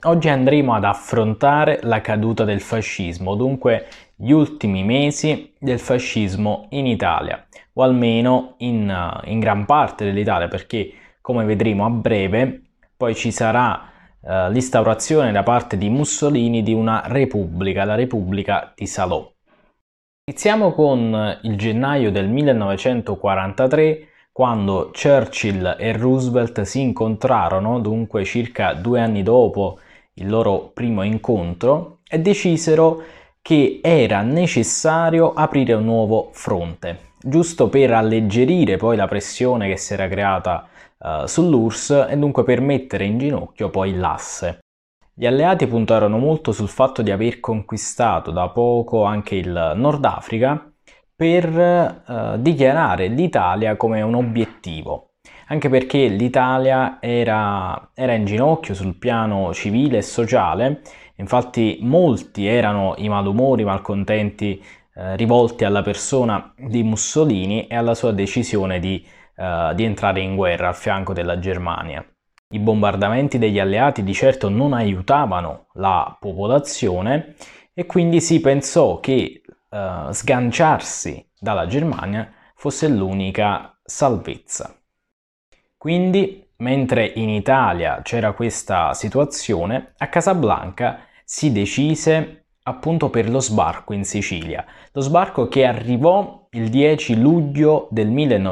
Oggi andremo ad affrontare la caduta del fascismo, dunque gli ultimi mesi del fascismo in Italia, o almeno in gran parte dell'Italia, perché come vedremo a breve poi ci sarà l'instaurazione da parte di Mussolini di una repubblica, la Repubblica di Salò. Iniziamo con il gennaio del 1943, quando Churchill e Roosevelt si incontrarono, dunque circa 2 anni dopo il loro primo incontro, e decisero che era necessario aprire un nuovo fronte, giusto per alleggerire poi la pressione che si era creata sull'URSS e dunque per mettere in ginocchio poi l'asse. Gli alleati puntarono molto sul fatto di aver conquistato da poco anche il Nord Africa per dichiarare l'Italia come un obiettivo, anche perché l'Italia era in ginocchio sul piano civile e sociale. Infatti molti erano i malumori, malcontenti rivolti alla persona di Mussolini e alla sua decisione di entrare in guerra al fianco della Germania. I bombardamenti degli alleati di certo non aiutavano la popolazione e quindi si pensò che sganciarsi dalla Germania fosse l'unica salvezza. Quindi, mentre in Italia c'era questa situazione, a Casablanca si decise appunto per lo sbarco in Sicilia. Lo sbarco che arrivò il 10 luglio del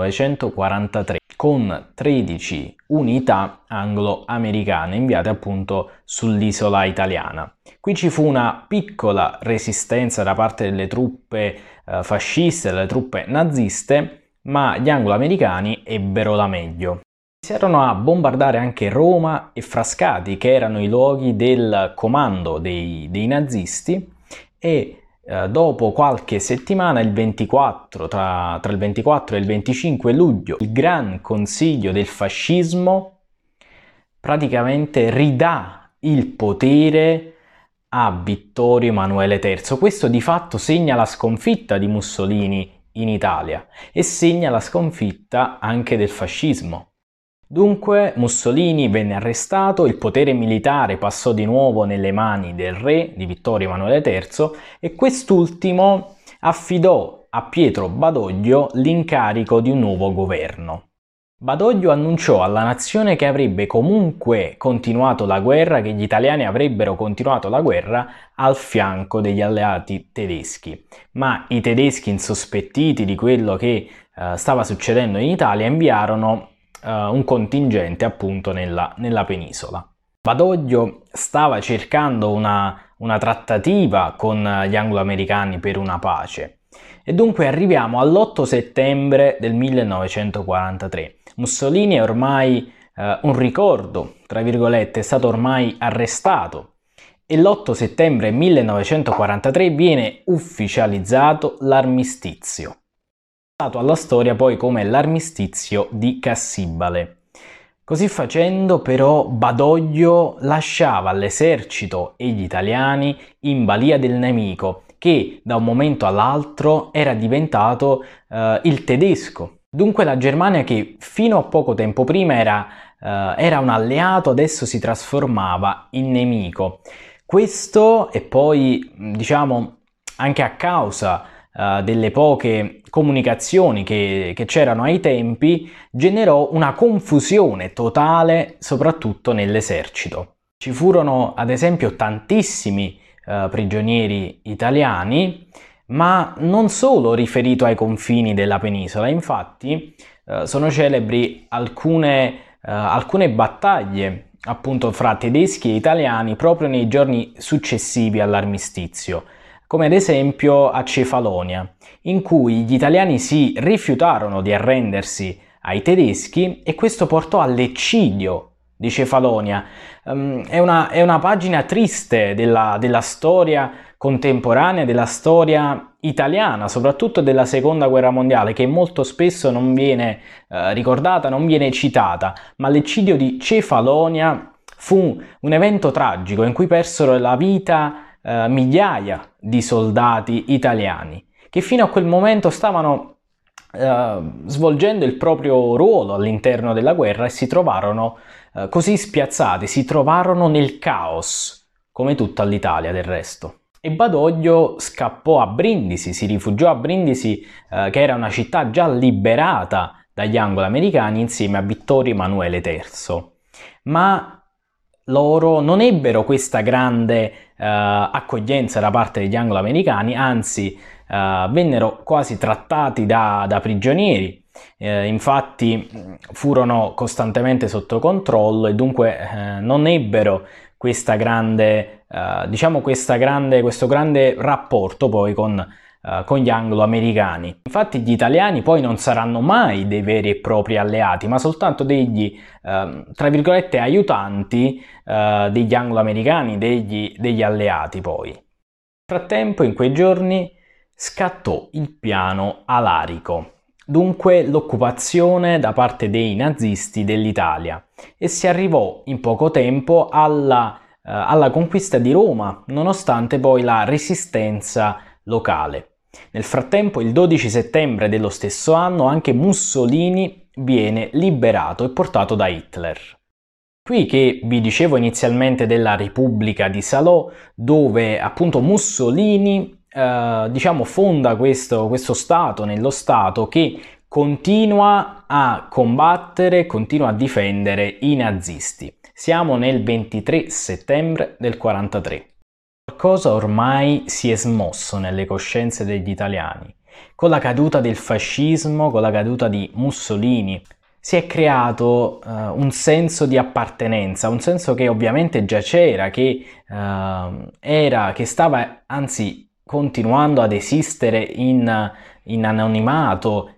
1943 con 13 unità anglo-americane inviate appunto sull'isola italiana. Qui ci fu una piccola resistenza da parte delle truppe fasciste, delle truppe naziste, ma gli anglo-americani ebbero la meglio. Iniziarono a bombardare anche Roma e Frascati, che erano i luoghi del comando dei nazisti, e dopo qualche settimana, il 24, tra il 24 e il 25 luglio, il Gran Consiglio del Fascismo praticamente ridà il potere a Vittorio Emanuele III. Questo di fatto segna la sconfitta di Mussolini in Italia e segna la sconfitta anche del fascismo. Dunque Mussolini venne arrestato, il potere militare passò di nuovo nelle mani del re, di Vittorio Emanuele III, e quest'ultimo affidò a Pietro Badoglio l'incarico di un nuovo governo. Badoglio annunciò alla nazione che avrebbe comunque continuato la guerra, che gli italiani avrebbero continuato la guerra al fianco degli alleati tedeschi, ma i tedeschi, insospettiti di quello che stava succedendo in Italia, inviarono un contingente appunto nella penisola. Badoglio stava cercando una trattativa con gli anglo-americani per una pace e dunque arriviamo all'8 settembre del 1943. Mussolini è ormai un ricordo, tra virgolette, è stato ormai arrestato e l'8 settembre 1943 viene ufficializzato l'armistizio, alla storia poi come l'armistizio di Cassibale. Così facendo però Badoglio lasciava l'esercito e gli italiani in balia del nemico, che da un momento all'altro era diventato il tedesco. Dunque la Germania, che fino a poco tempo prima era un alleato, adesso si trasformava in nemico. Questo, e poi diciamo anche a causa delle poche comunicazioni che c'erano ai tempi, generò una confusione totale soprattutto nell'esercito. Ci furono ad esempio tantissimi prigionieri italiani, ma non solo riferito ai confini della penisola. Infatti sono celebri alcune battaglie appunto fra tedeschi e italiani proprio nei giorni successivi all'armistizio, come ad esempio a Cefalonia, in cui gli italiani si rifiutarono di arrendersi ai tedeschi e questo portò all'eccidio di Cefalonia. È una pagina triste della storia contemporanea, della storia italiana, soprattutto della Seconda Guerra Mondiale, che molto spesso non viene ricordata, non viene citata, ma l'eccidio di Cefalonia fu un evento tragico in cui persero la vita migliaia di soldati italiani che fino a quel momento stavano svolgendo il proprio ruolo all'interno della guerra e si trovarono così spiazzati, si trovarono nel caos, come tutta l'Italia del resto. E Badoglio scappò a Brindisi, si rifugiò a Brindisi, che era una città già liberata dagli anglo-americani, insieme a Vittorio Emanuele III. Ma loro non ebbero questa grande accoglienza da parte degli anglo-americani, anzi vennero quasi trattati da prigionieri. Infatti furono costantemente sotto controllo e dunque non ebbero questo grande rapporto poi con gli anglo-americani. Infatti gli italiani poi non saranno mai dei veri e propri alleati, ma soltanto degli, tra virgolette, aiutanti degli anglo-americani, degli alleati poi. Nel frattempo, in quei giorni, scattò il piano alarico, dunque l'occupazione da parte dei nazisti dell'Italia, e si arrivò in poco tempo alla conquista di Roma, nonostante poi la resistenza locale. Nel frattempo, il 12 settembre dello stesso anno, anche Mussolini viene liberato e portato da Hitler. Qui che vi dicevo inizialmente della Repubblica di Salò, dove appunto Mussolini fonda questo Stato nello Stato che continua a combattere, continua a difendere i nazisti. Siamo nel 23 settembre del 43. Qualcosa ormai si è smosso nelle coscienze degli italiani. Con la caduta del fascismo, con la caduta di Mussolini, si è creato un senso di appartenenza, un senso che ovviamente già c'era, che stava anzi continuando ad esistere in anonimato,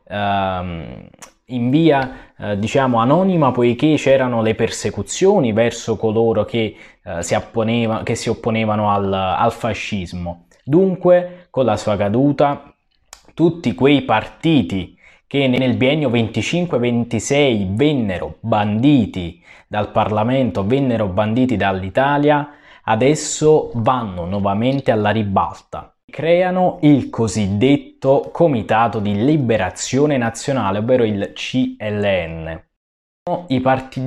in via anonima, poiché c'erano le persecuzioni verso coloro che si opponevano al fascismo. Dunque, con la sua caduta, tutti quei partiti che nel biennio 25-26 vennero banditi dal Parlamento, vennero banditi dall'Italia, adesso vanno nuovamente alla ribalta. Creano il cosiddetto Comitato di Liberazione Nazionale, ovvero il CLN. Sono i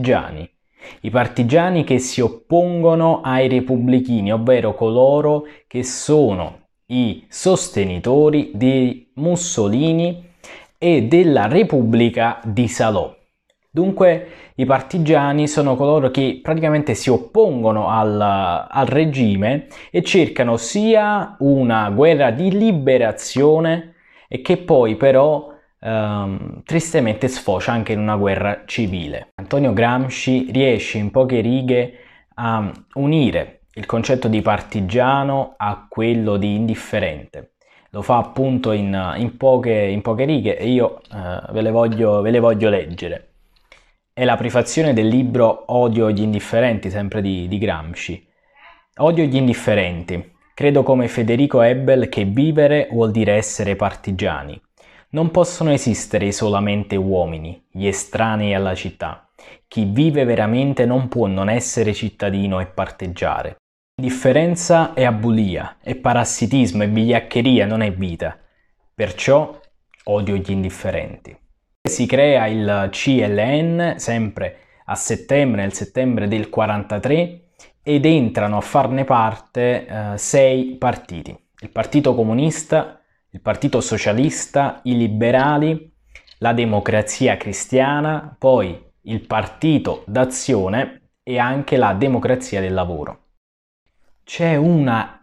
partigiani che si oppongono ai repubblichini, ovvero coloro che sono i sostenitori di Mussolini e della Repubblica di Salò. Dunque i partigiani sono coloro che praticamente si oppongono al regime e cercano sia una guerra di liberazione e che poi però tristemente sfocia anche in una guerra civile. Antonio Gramsci riesce in poche righe a unire il concetto di partigiano a quello di indifferente. Lo fa appunto in poche righe e io ve le voglio leggere. È la prefazione del libro Odio gli indifferenti, sempre di Gramsci. Odio gli indifferenti. Credo come Federico Hebel che vivere vuol dire essere partigiani. Non possono esistere solamente uomini, gli estranei alla città. Chi vive veramente non può non essere cittadino e parteggiare. Indifferenza è abulia, è parassitismo, è vigliaccheria, non è vita. Perciò odio gli indifferenti. Si crea il CLN sempre nel settembre del 43 ed entrano a farne parte 6 partiti. Il Partito Comunista, il Partito Socialista, i Liberali, la Democrazia Cristiana, poi il Partito d'Azione e anche la Democrazia del Lavoro. C'è una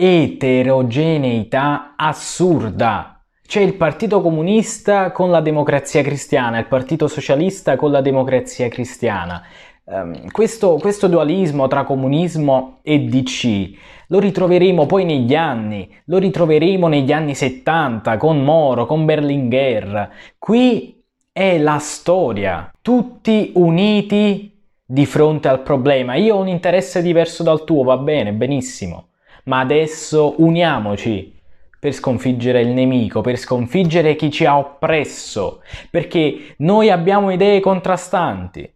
eterogeneità assurda. C'è il Partito Comunista con la Democrazia Cristiana, il Partito Socialista con la Democrazia Cristiana. Questo dualismo tra comunismo e DC lo ritroveremo poi negli anni, lo ritroveremo negli anni 70 con Moro, con Berlinguer. Qui è la storia, tutti uniti di fronte al problema. Io ho un interesse diverso dal tuo, va bene, benissimo, ma adesso uniamoci per sconfiggere il nemico, per sconfiggere chi ci ha oppresso, perché noi abbiamo idee contrastanti,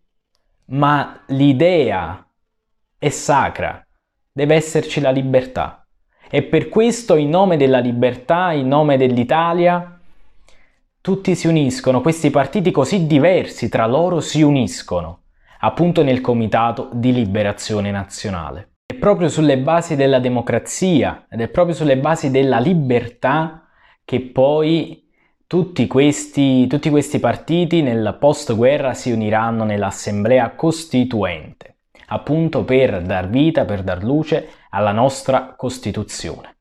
ma l'idea è sacra, deve esserci la libertà. E per questo, in nome della libertà, in nome dell'Italia, tutti si uniscono, questi partiti così diversi tra loro si uniscono. appunto nel Comitato di Liberazione Nazionale. È proprio sulle basi della democrazia ed è proprio sulle basi della libertà che poi tutti questi partiti nel post-guerra si uniranno nell'Assemblea Costituente, appunto per dar vita, per dar luce alla nostra Costituzione.